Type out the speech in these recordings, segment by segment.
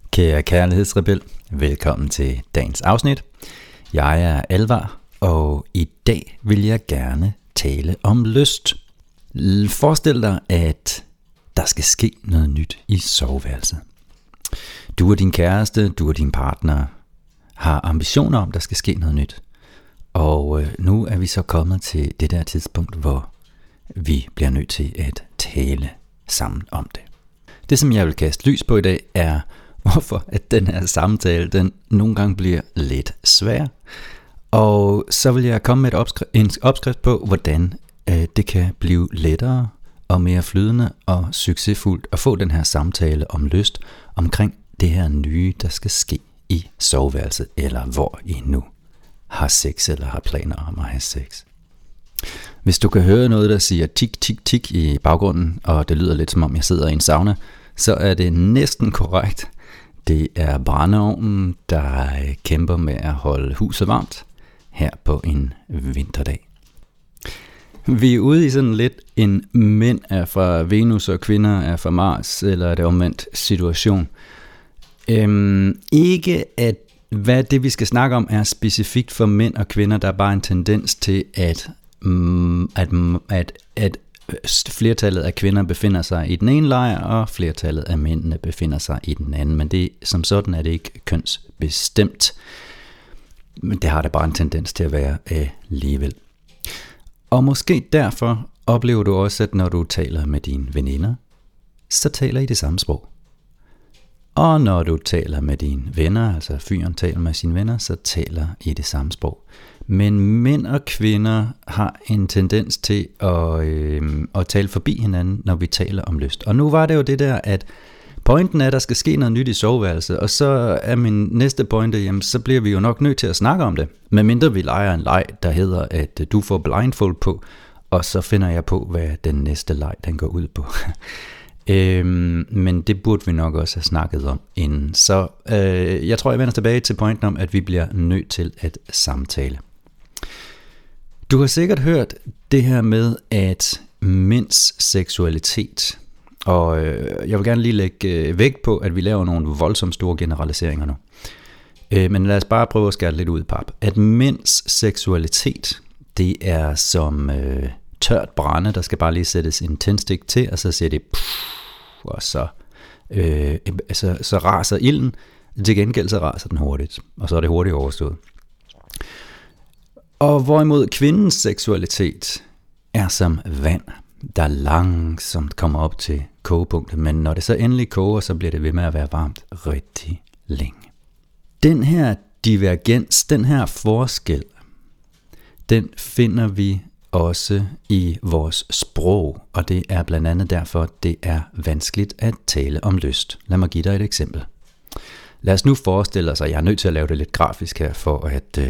Kære kærlighedsrebel, velkommen til dagens afsnit. Jeg er Alvar, og i dag vil jeg gerne tale om lyst. Forestil dig, at der skal ske noget nyt i soveværelset. Du og din kæreste, du og din partner har ambitioner om, der skal ske noget nyt. Og nu er vi så kommet til det der tidspunkt, hvor vi bliver nødt til at tale sammen om det. Det, som jeg vil kaste lys på i dag, er hvorfor at den her samtale, den nogle gange bliver lidt svær. Og så vil jeg komme med en opskrift på, hvordan det kan blive lettere og mere flydende og succesfuldt at få den her samtale om lyst omkring det her nye, der skal ske i soveværelset, eller hvor I nu har sex eller har planer om at have sex. Hvis du kan høre noget, der siger tik, tik, tik i baggrunden, og det lyder lidt som om jeg sidder i en sauna, så er det næsten korrekt. Det er brændeovnen, der kæmper med at holde huset varmt her på en vinterdag. Vi er ude i sådan lidt en mænd er fra Venus og kvinder er fra Mars, eller det omvendt situation. Ikke at hvad det vi skal snakke om er specifikt for mænd og kvinder, der er bare en tendens til at flertallet af kvinder befinder sig i den ene lejr, og flertallet af mændene befinder sig i den anden. Men det, som sådan er det ikke kønsbestemt. Men det har det bare en tendens til at være alligevel. Og måske derfor oplever du også, at når du taler med dine veninder, så taler I det samme sprog. Og når du taler med dine venner, altså fyren taler med sine venner, så taler I det samme sprog. Men mænd og kvinder har en tendens til at tale forbi hinanden, når vi taler om lyst. Og nu var det jo det der, at pointen er, at der skal ske noget nyt i soveværelset, og så er min næste pointe, jamen, så bliver vi jo nok nødt til at snakke om det. Medmindre vi leger en leg, der hedder, at du får blindfold på, og så finder jeg på, hvad den næste leg, den går ud på. Men det burde vi nok også have snakket om inden. Så jeg tror, jeg vender tilbage til pointen om, at vi bliver nødt til at samtale. Du har sikkert hørt det her med, at mænds seksualitet, og jeg vil gerne lige lægge vægt på, at vi laver nogle voldsomt store generaliseringer nu. Men lad os bare prøve at skære lidt ud i pap. At mænds seksualitet, det er som tørt brænde, der skal bare lige sættes en tændstik til, og så siger det og så raser ilden. Til gengæld så raser den hurtigt, og så er det hurtigt overstået. Og hvorimod kvindens seksualitet er som vand, der langsomt kommer op til kogepunktet, men når det så endelig koger, så bliver det ved med at være varmt rigtig længe. Den her divergens, den her forskel, den finder vi også i vores sprog, og det er blandt andet derfor, det er vanskeligt at tale om lyst. Lad mig give dig et eksempel. Lad os nu forestille os, at jeg er nødt til at lave det lidt grafisk her, for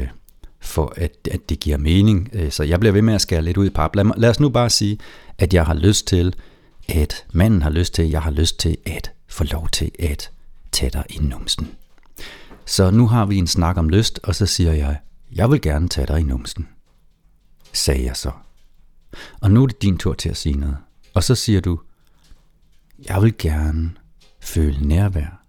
at det giver mening, så jeg bliver ved med at skære lidt ud i pap. Lad os nu bare sige, at jeg har lyst til, at manden har lyst til, jeg har lyst til at få lov til at tage dig i numsen. Så nu har vi en snak om lyst, og så siger jeg vil gerne tage dig i numsen, sagde jeg så. Og nu er det din tur til at sige noget. Og så siger du, jeg vil gerne føle nærvær,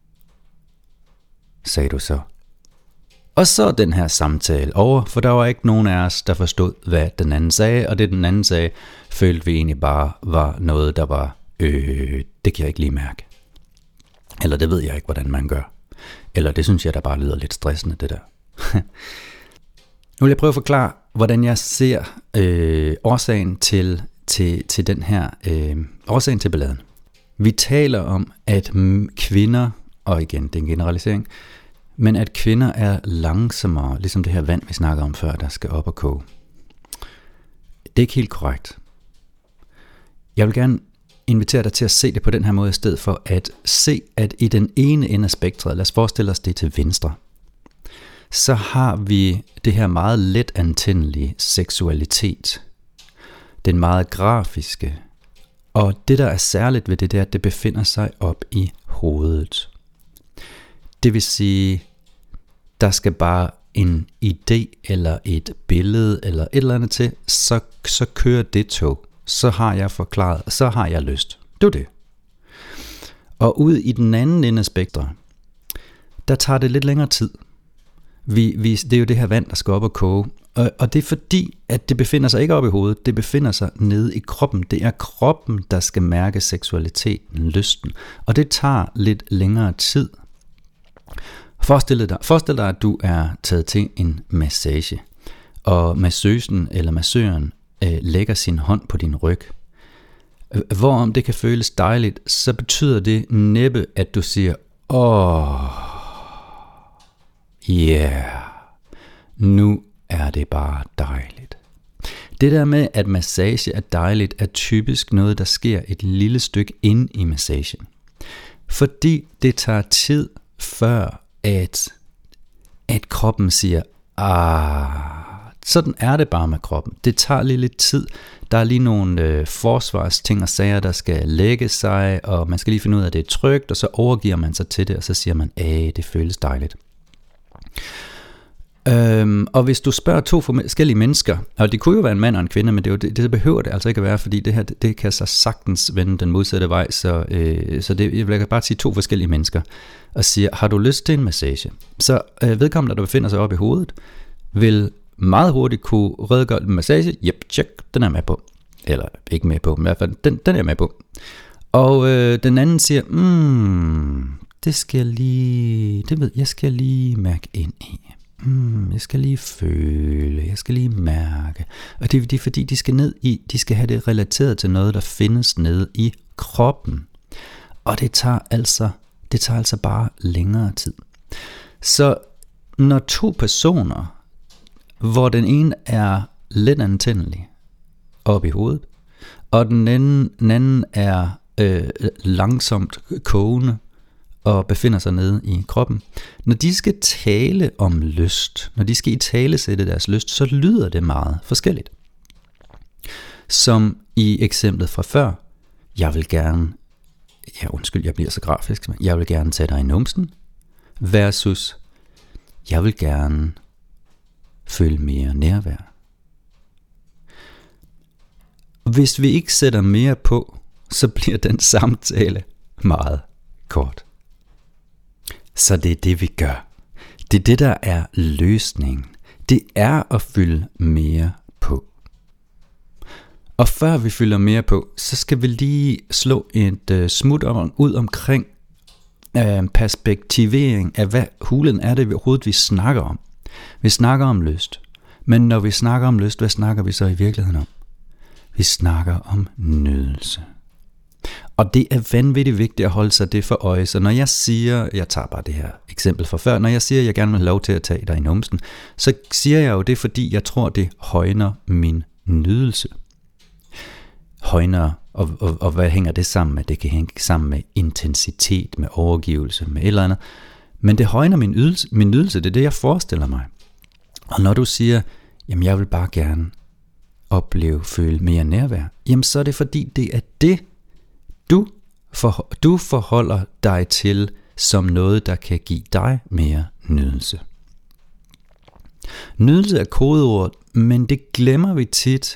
sagde du så. Og så er den her samtale over, for der var ikke nogen af os, der forstod, hvad den anden sagde, og det den anden sagde, følte vi egentlig bare var noget, der var, det kan jeg ikke lige mærke. Eller det ved jeg ikke, hvordan man gør. Eller det synes jeg, der bare lyder lidt stressende, det der. Nu vil jeg prøve at forklare, hvordan jeg ser årsagen til den her, årsagen til balladen. Vi taler om, at kvinder, og igen, det er en generalisering, men at kvinder er langsommere, ligesom det her vand, vi snakkede om før, der skal op og koge. Det er ikke helt korrekt. Jeg vil gerne invitere dig til at se det på den her måde, i stedet for at se, at i den ene ende af spektret, lad os forestille os det til venstre, så har vi det her meget let antændelige seksualitet. Den meget grafiske. Og det, der er særligt ved det, det er, at det befinder sig op i hovedet. Det vil sige, der skal bare en idé eller et billede eller et eller andet til, så kører det tog. Så har jeg forklaret, så har jeg lyst. Det er det. Og ud i den anden ende af spektret, der tager det lidt længere tid. Det er jo det her vand, der skal op og koge. Og det er fordi, at det befinder sig ikke oppe i hovedet, det befinder sig nede i kroppen. Det er kroppen, der skal mærke seksualiteten, lysten. Og det tager lidt længere tid. Forestil dig, at du er taget til en massage, og massøsen eller massøren lægger sin hånd på din ryg. Hvorom det kan føles dejligt, så betyder det næppe, at du siger, nu er det bare dejligt. Det der med, at massage er dejligt, er typisk noget, der sker et lille stykke inde i massagen. Fordi det tager tid før, at kroppen siger, sådan er det bare med kroppen. Det tager lige lidt tid. Der er lige nogle forsvarsting og sager, der skal lægge sig, og man skal lige finde ud af, at det er trygt, og så overgiver man sig til det, og så siger man, det føles dejligt. Og hvis du spørger 2 forskellige mennesker, og det kunne jo være en mand og en kvinde, men det behøver det altså ikke at være, fordi det her, det kan så sagtens vende den modsatte vej, så jeg vil bare sige 2 forskellige mennesker, og siger, har du lyst til en massage? Så vedkommende, der befinder sig oppe i hovedet, vil meget hurtigt kunne redegøre en massage, check, den er jeg med på. Eller ikke med på, men i hvert fald, den er jeg med på. Og den anden siger, jeg skal lige mærke ind i. Jeg skal lige føle, jeg skal lige mærke. Og det er fordi, de skal have det relateret til noget, der findes nede i kroppen. Og det tager altså bare længere tid. Så når 2 personer, hvor den ene er let antændelig oppe i hovedet, og den anden er langsomt kogende og befinder sig nede i kroppen. Når de skal tale om lyst, når de skal italesætte deres lyst, så lyder det meget forskelligt. Som i eksemplet fra før, jeg bliver så grafisk, men jeg vil gerne tage dig i numsen, versus, jeg vil gerne føle mere nærvær. Hvis vi ikke sætter mere på, så bliver den samtale meget kort. Så det er det, vi gør. Det er det, der er løsningen. Det er at fylde mere på. Og før vi fylder mere på, så skal vi lige slå et smut ud omkring perspektivering af, hvad hulen er det overhovedet, vi snakker om. Vi snakker om lyst. Men når vi snakker om lyst, hvad snakker vi så i virkeligheden om? Vi snakker om nydelse. Og det er vanvittigt vigtigt at holde sig det for øje. Så når jeg siger, jeg tager bare det her eksempel fra før, når jeg siger, at jeg gerne vil have lov til at tage dig i numsen, så siger jeg jo det, fordi jeg tror, det højner min nydelse. Højner, og hvad hænger det sammen med? Det kan hænge sammen med intensitet, med overgivelse, med et eller andet. Men det højner min nydelse, det er det, jeg forestiller mig. Og når du siger, jamen jeg vil bare gerne føle mere nærvær, jamen så er det fordi, det er det, du forholder dig til som noget, der kan give dig mere nydelse. Nydelse er kodeordet, men det glemmer vi tit,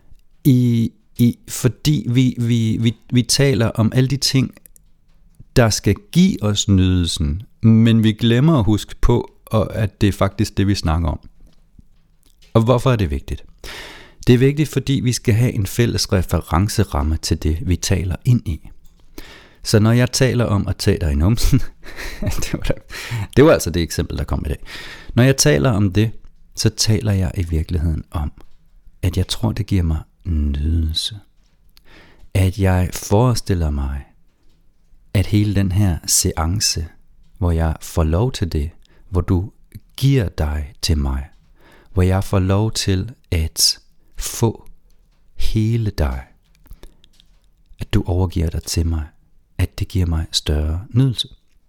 fordi vi taler om alle de ting, der skal give os nydelsen, men vi glemmer at huske på, at det er faktisk det, vi snakker om. Og hvorfor er det vigtigt? Det er vigtigt, fordi vi skal have en fælles referenceramme til det, vi taler ind i. Så når jeg taler om at tage dig i numsen, det var altså det eksempel, der kom i dag. Når jeg taler om det, så taler jeg i virkeligheden om, at jeg tror, det giver mig nydelse. At jeg forestiller mig, at hele den her seance, hvor jeg får lov til det, hvor du giver dig til mig, hvor jeg får lov til at få hele dig, at du overgiver dig til mig, at det giver mig større nydelse.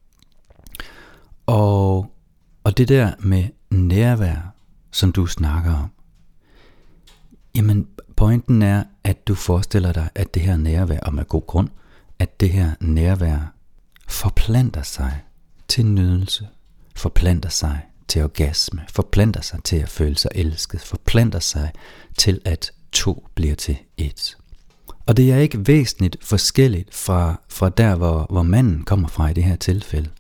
Og det der med nærvær, som du snakker om, jamen pointen er, at du forestiller dig, at det her nærvær, og med god grund, at det her nærvær forplanter sig til nydelse, forplanter sig til orgasme, forplanter sig til at føle sig elsket, forplanter sig til at 2 bliver til 1. Og det er ikke væsentligt forskelligt fra der, hvor manden kommer fra i det her tilfælde,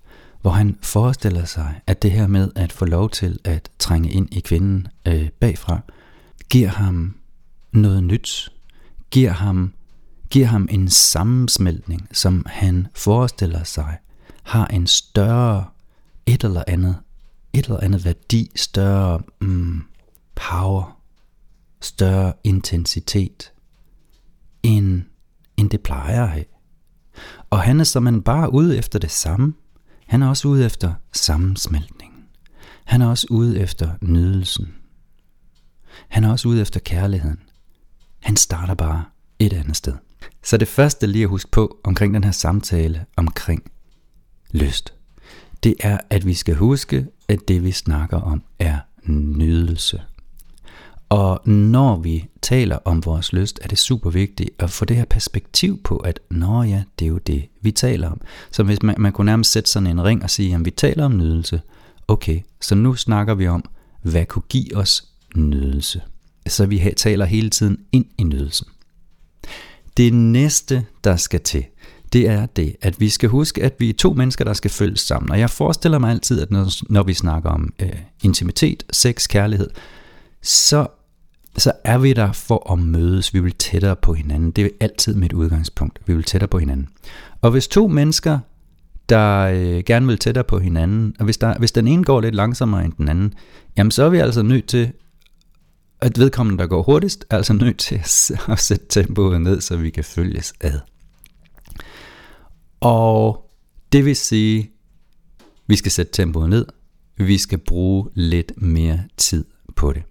hvor han forestiller sig, at det her med at få lov til at trænge ind i kvinden bagfra, giver ham noget nyt, giver ham en sammensmeltning, som han forestiller sig har en større et eller andet værdi, større power, større intensitet, end det plejer at have. Og han er som bare ude efter det samme. Han er også ude efter sammensmeltningen. Han er også ude efter nydelsen. Han er også ude efter kærligheden. Han starter bare et andet sted. Så det første lige at huske på omkring den her samtale omkring lyst, det er, at vi skal huske, at det vi snakker om er nydelse. Og når vi taler om vores lyst, er det super vigtigt at få det her perspektiv på, at det er jo det, vi taler om. Så hvis man kunne nærmest sætte sådan en ring og sige, at vi taler om nydelse. Okay, så nu snakker vi om, hvad kunne give os nydelse. Så vi taler hele tiden ind i nydelsen. Det næste, der skal til, det er det, at vi skal huske, at vi er to mennesker, der skal følges sammen. Og jeg forestiller mig altid, at når vi snakker om intimitet, sex, kærlighed, så er vi der for at mødes. Vi vil tættere på hinanden. Det er altid mit udgangspunkt. Vi vil tættere på hinanden. Og hvis to mennesker, der gerne vil tættere på hinanden, og hvis den ene går lidt langsommere end den anden, jamen så er vi altså nødt til, at vedkommende, der går hurtigst, er altså nødt til at sætte tempoet ned, så vi kan følges ad. Og det vil sige, vi skal sætte tempoet ned. Vi skal bruge lidt mere tid på det.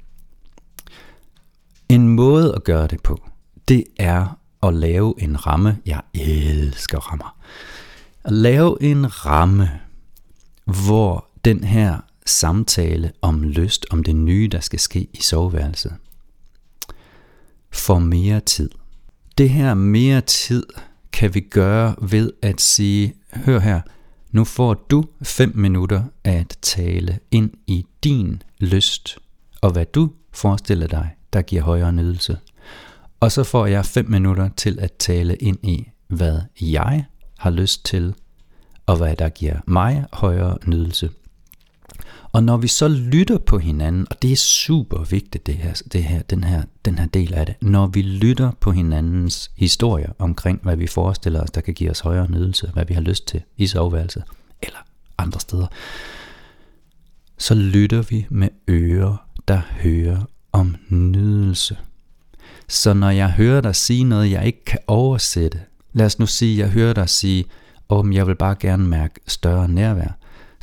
En måde at gøre det på, det er at lave en ramme. Jeg elsker rammer. At lave en ramme, hvor den her samtale om lyst, om det nye, der skal ske i soveværelset, får mere tid. Det her mere tid kan vi gøre ved at sige, hør her, nu får du 5 minutter at tale ind i din lyst, og hvad du forestiller dig, der giver højere nydelse. Og så får jeg 5 minutter til at tale ind i, hvad jeg har lyst til, og hvad der giver mig højere nydelse. Og når vi så lytter på hinanden, og det er super vigtigt den her del af det, når vi lytter på hinandens historier omkring, hvad vi forestiller os, der kan give os højere nydelse, hvad vi har lyst til i soveværelset eller andre steder, så lytter vi med ører, der hører om nydelse. Så når jeg hører dig sige noget, jeg ikke kan oversætte, lad os nu sige, jeg hører dig sige, jeg vil bare gerne mærke større nærvær,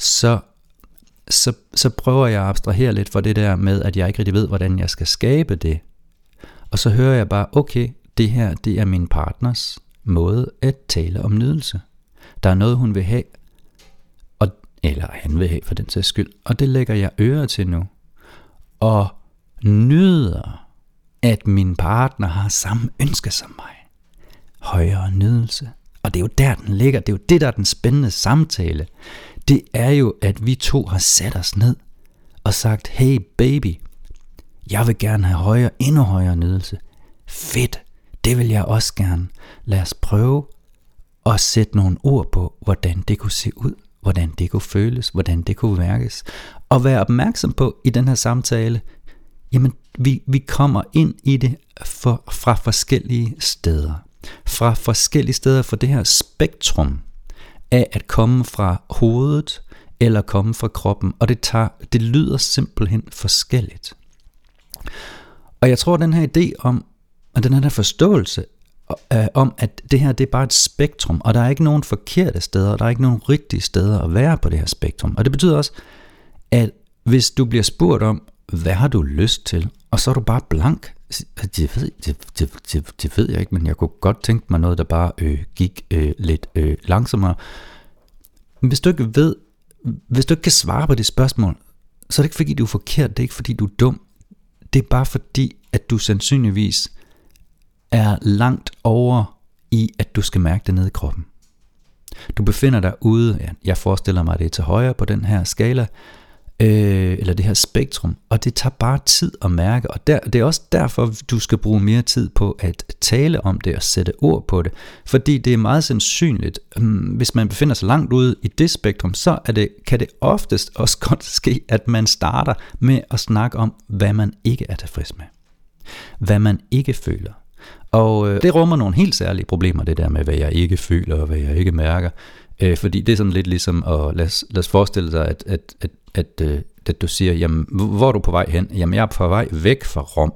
så prøver jeg at abstrahere lidt for det der med, at jeg ikke rigtig ved, hvordan jeg skal skabe det. Og så hører jeg bare, okay, det her, det er min partners måde at tale om nydelse. Der er noget, hun vil have, eller han vil have for den sags skyld, og det lægger jeg øre til nu. Og nyder, at min partner har samme ønske som mig. Højere nydelse. Og det er jo der, den ligger. Det er jo det, der er den spændende samtale. Det er jo, at vi to har sat os ned og sagt, hey baby, jeg vil gerne have endnu højere nydelse. Fedt, det vil jeg også gerne. Lad os prøve at sætte nogle ord på, hvordan det kunne se ud, hvordan det kunne føles, hvordan det kunne mærkes. Og være opmærksom på i den her samtale, jamen vi kommer ind i det fra forskellige steder. Fra forskellige steder for det her spektrum af at komme fra hovedet eller komme fra kroppen, og det lyder simpelthen forskelligt. Og jeg tror, den her idé om, og den her forståelse om, at det her det er bare et spektrum, og der er ikke nogen forkerte steder, og der er ikke nogen rigtige steder at være på det her spektrum. Og det betyder også, at hvis du bliver spurgt om, hvad har du lyst til, og så er du bare blank, det ved jeg ikke, men jeg kunne godt tænke mig noget, der bare gik lidt langsommere. Men hvis du ikke kan svare på det spørgsmål, så er det ikke fordi du er forkert, det er ikke fordi du er dum. Det er bare fordi, at du sandsynligvis er langt over i, at du skal mærke det nede i kroppen. Du befinder dig ude, jeg forestiller mig, det er til højre på den her skala, eller det her spektrum, og det tager bare tid at mærke, og det er også derfor, du skal bruge mere tid på at tale om det og sætte ord på det, fordi det er meget sandsynligt, hvis man befinder sig langt ude i det spektrum, så kan det oftest også godt ske, at man starter med at snakke om, hvad man ikke er tilfreds med, hvad man ikke føler. Og det rummer nogle helt særlige problemer, det der med, hvad jeg ikke føler og hvad jeg ikke mærker. Fordi det er sådan lidt ligesom, at lad os forestille sig, at du siger, jamen, hvor er du på vej hen? Jamen, jeg er på vej væk fra Rom.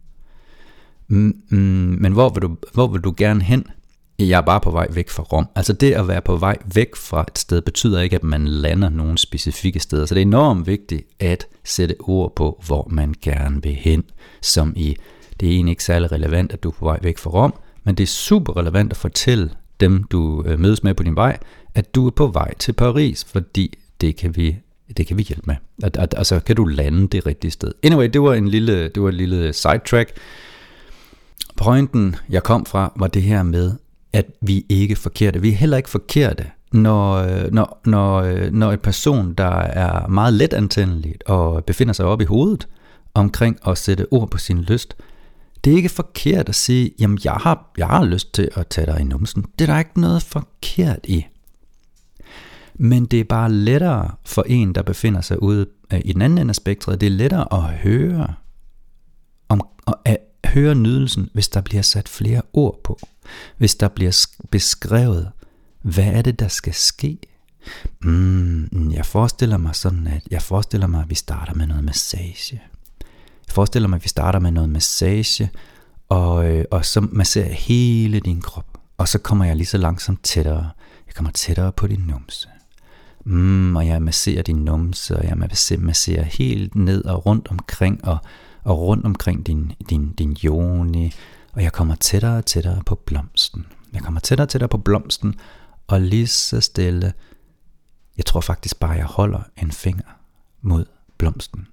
Men hvor vil du gerne hen? Jeg er bare på vej væk fra Rom. Altså det at være på vej væk fra et sted, betyder ikke, at man lander nogle specifikke steder. Så det er enormt vigtigt at sætte ord på, hvor man gerne vil hen. Som i, det er egentlig ikke særlig relevant, at du er på vej væk fra Rom, men det er super relevant at fortælle dem, du mødes med på din vej, at du er på vej til Paris, fordi det kan vi hjælpe med. Altså kan du lande det rigtige sted. Anyway, det var et lille sidetrack. Pointen, jeg kom fra, var det her med, at vi ikke er forkerte. Vi er heller ikke forkerte, når en person, der er meget letantændelig og befinder sig oppe i hovedet omkring at sætte ord på sin lyst. Det er ikke forkert at sige, jamen jeg har lyst til at tage dig i numsen. Det er der ikke noget forkert i. Men det er bare lettere for en, der befinder sig ude i den anden ende af spektret. Det er lettere at høre nydelsen, hvis der bliver sat flere ord på. Hvis der bliver beskrevet, hvad er det, der skal ske. Jeg forestiller mig, at vi starter med noget massage. Jeg forestiller mig, at vi starter med noget massage, og så masserer hele din krop. Og så kommer jeg lige så langsomt tættere. Jeg kommer tættere på din numse. Og jeg masserer din numse, og jeg masserer helt ned og rundt omkring, og rundt omkring din yoni. Og jeg kommer tættere og tættere på blomsten. Jeg kommer tættere og tættere på blomsten, og lige så stille, jeg tror faktisk bare, jeg holder en finger mod blomsten.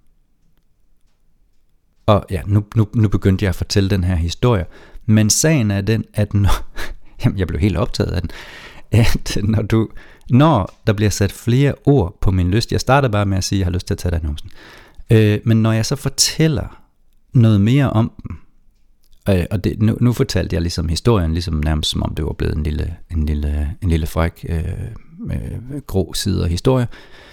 Og ja, nu begyndte jeg at fortælle den her historie, men sagen er den, at jamen, jeg blev helt optaget af den, at når der bliver sat flere ord på min lyst, jeg startede bare med at sige, at jeg har lyst til at tage dig i numsen, men når jeg så fortæller noget mere om den, og det, nu fortalte jeg ligesom historien, ligesom nærmest som om det var blevet en lille fræk, grå side af historie,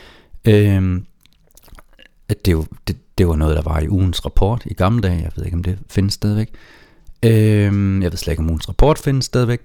at det var noget, der var i ugens rapport i gamle dage. Jeg ved ikke, om det findes stadigvæk. Jeg ved slet ikke, om ugens rapport findes stadigvæk.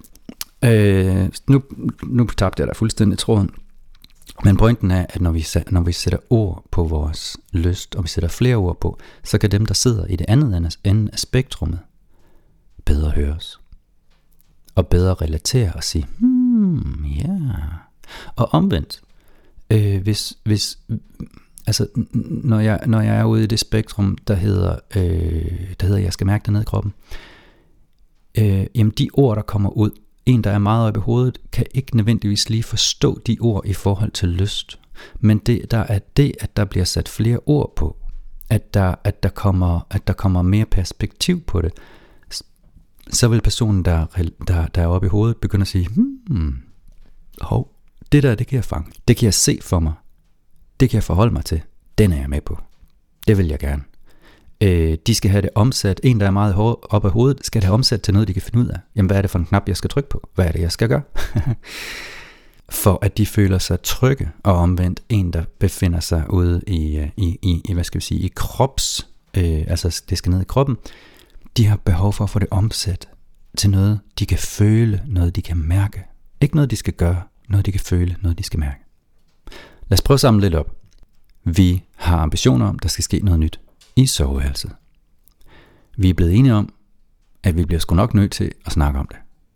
Nu tabte jeg da fuldstændig tråden. Men pointen er, at når vi sætter ord på vores lyst, og vi sætter flere ord på, så kan dem, der sidder i det andet ende af spektrummet, bedre høres. Og bedre relatere og sige, ja. Og omvendt, hvis altså, når jeg er ude i det spektrum, der hedder, jeg skal mærke det ned i kroppen, jamen de ord, der kommer ud, en, der er meget oppe i hovedet, kan ikke nødvendigvis lige forstå de ord i forhold til lyst. Men det er det, at der bliver sat flere ord på, at der kommer mere perspektiv på det, så vil personen, der er oppe i hovedet, begynde at sige, det der, det kan jeg fange. Det kan jeg se for mig. Det kan jeg forholde mig til. Den er jeg med på. Det vil jeg gerne. De skal have det omsat. En, der er meget oppe af hovedet, skal det have omsat til noget, de kan finde ud af. Jamen, hvad er det for en knap, jeg skal trykke på? Hvad er det, jeg skal gøre? For at de føler sig trygge, og omvendt en, der befinder sig ude i hvad skal vi sige, i krops, altså det skal ned i kroppen, de har behov for at få det omsat til noget, de kan føle, noget de kan mærke. Ikke noget, de skal gøre, noget de kan føle, noget de skal mærke. Lad os prøve at samle lidt op. Vi har ambitioner om, der skal ske noget nyt i soveværelset. Vi er blevet enige om, at vi bliver sgu nok nødt til at snakke om det.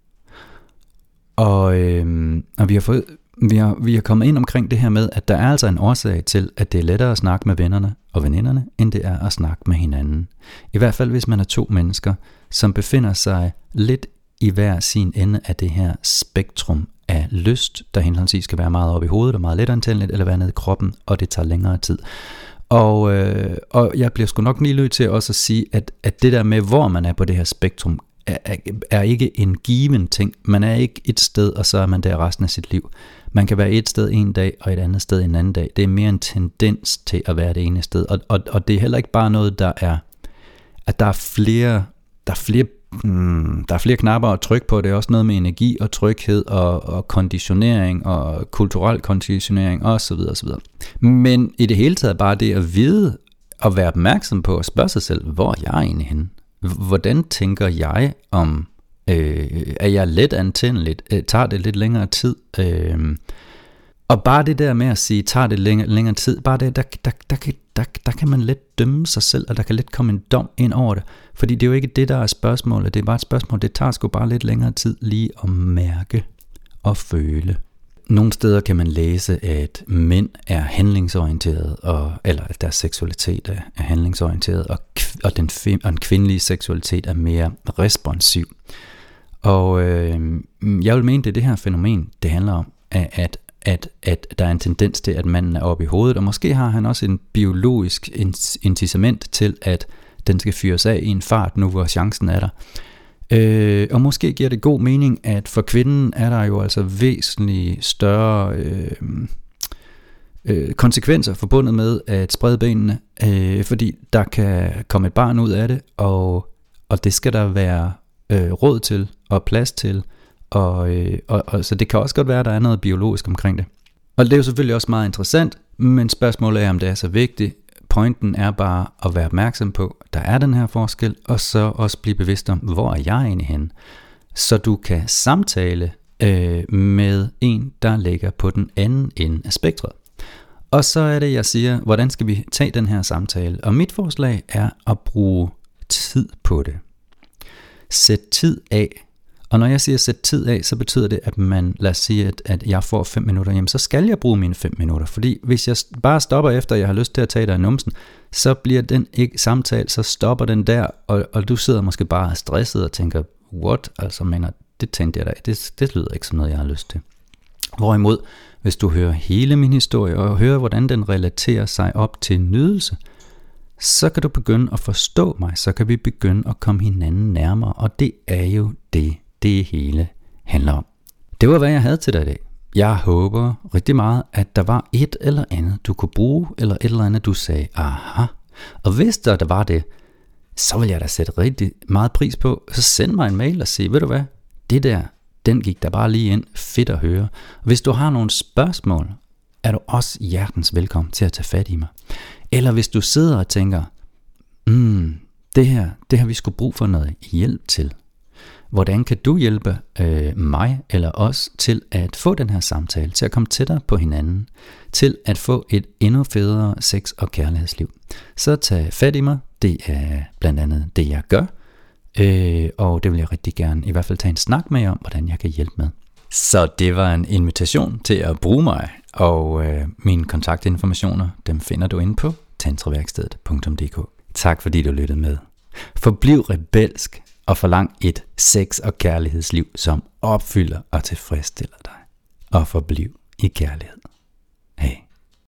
Og vi har kommet ind omkring det her med, at der er altså en årsag til, at det er lettere at snakke med vennerne og veninderne, end det er at snakke med hinanden. I hvert fald, hvis man er to mennesker, som befinder sig lidt i hver sin ende af det her spektrum af lyst, der henholdsvis skal være meget oppe i hovedet og meget letantændeligt, eller være nede i kroppen, og det tager længere tid. Og jeg bliver sgu nok lige nødt til også at sige, at det der med, hvor man er på det her spektrum, er ikke en given ting. Man er ikke et sted, og så er man der resten af sit liv. Man kan være et sted en dag, og et andet sted en anden dag. Det er mere en tendens til at være det ene sted. Og det er heller ikke bare noget, der er, at der er flere knapper at trykke på. Det er også noget med energi og tryghed og konditionering og kulturel konditionering osv. osv. Men i det hele taget bare det at vide og være opmærksom på at spørge sig selv, hvor er jeg egentlig henne? Hvordan tænker jeg om, er jeg let antændeligt? Tager det lidt længere tid? Og bare det der med at sige, tager det længere tid, bare det, der kan man let dømme sig selv, og der kan let komme en dom ind over det. Fordi det er jo ikke det, der er spørgsmålet. Det er bare et spørgsmål, det tager sgu bare lidt længere tid lige at mærke og føle. Nogle steder kan man læse, at mænd er handlingsorienterede, eller at deres seksualitet er handlingsorienteret, og den kvindelige seksualitet er mere responsiv. Og jeg vil mene, det er det her fænomen, det handler om, at der er en tendens til, at manden er oppe i hovedet, og måske har han også en biologisk incitament til, at den skal fyres af i en fart, nu hvor chancen er der. Og måske giver det god mening, at for kvinden er der jo altså væsentligt større konsekvenser forbundet med at sprede benene, fordi der kan komme et barn ud af det, og det skal der være råd til og plads til, og så det kan også godt være, at der er noget biologisk omkring det. Og det er jo selvfølgelig også meget interessant, men spørgsmålet er, om det er så vigtigt. Pointen er bare at være opmærksom på, at der er den her forskel, og så også blive bevidst om, hvor er jeg egentlig henne, så du kan samtale med en, der ligger på den anden ende af spektret. Og så er det, jeg siger, hvordan skal vi tage den her samtale? Og mit forslag er at bruge tid på det. Sæt tid af. Og når jeg siger sæt tid af, så betyder det, at man, lad os sige, at jeg får 5 minutter, jamen så skal jeg bruge mine 5 minutter. Fordi hvis jeg bare stopper efter, jeg har lyst til at tage dig i numsen, så bliver den ikke samtale, så stopper den der, og du sidder måske bare stresset og tænker, what? Altså mener, det tænkte jeg da, det lyder ikke som noget, jeg har lyst til. Hvorimod, hvis du hører hele min historie, og hører, hvordan den relaterer sig op til nydelse, så kan du begynde at forstå mig, så kan vi begynde at komme hinanden nærmere, og det er jo det hele handler om. Det var, hvad jeg havde til dig i dag. Jeg håber rigtig meget, at der var et eller andet, du kunne bruge, eller et eller andet, du sagde, aha. Og hvis der var det, så vil jeg da sætte rigtig meget pris på, så send mig en mail og sige, ved du hvad, det der, den gik der bare lige ind, fedt at høre. Og hvis du har nogle spørgsmål, er du også hjertens velkommen til at tage fat i mig. Eller hvis du sidder og tænker, det her vi skulle bruge for noget hjælp til. Hvordan kan du hjælpe mig eller os til at få den her samtale, til at komme tættere på hinanden, til at få et endnu federe sex- og kærlighedsliv? Så tag fat i mig, det er blandt andet det, jeg gør, og det vil jeg rigtig gerne i hvert fald tage en snak med jer om, hvordan jeg kan hjælpe med. Så det var en invitation til at bruge mig, og mine kontaktinformationer, dem finder du inde på tantraværkstedet.dk. Tak fordi du lyttede med. Forbliv rebelsk og forlang et sex- og kærlighedsliv, som opfylder og tilfredsstiller dig. Og forbliv i kærlighed.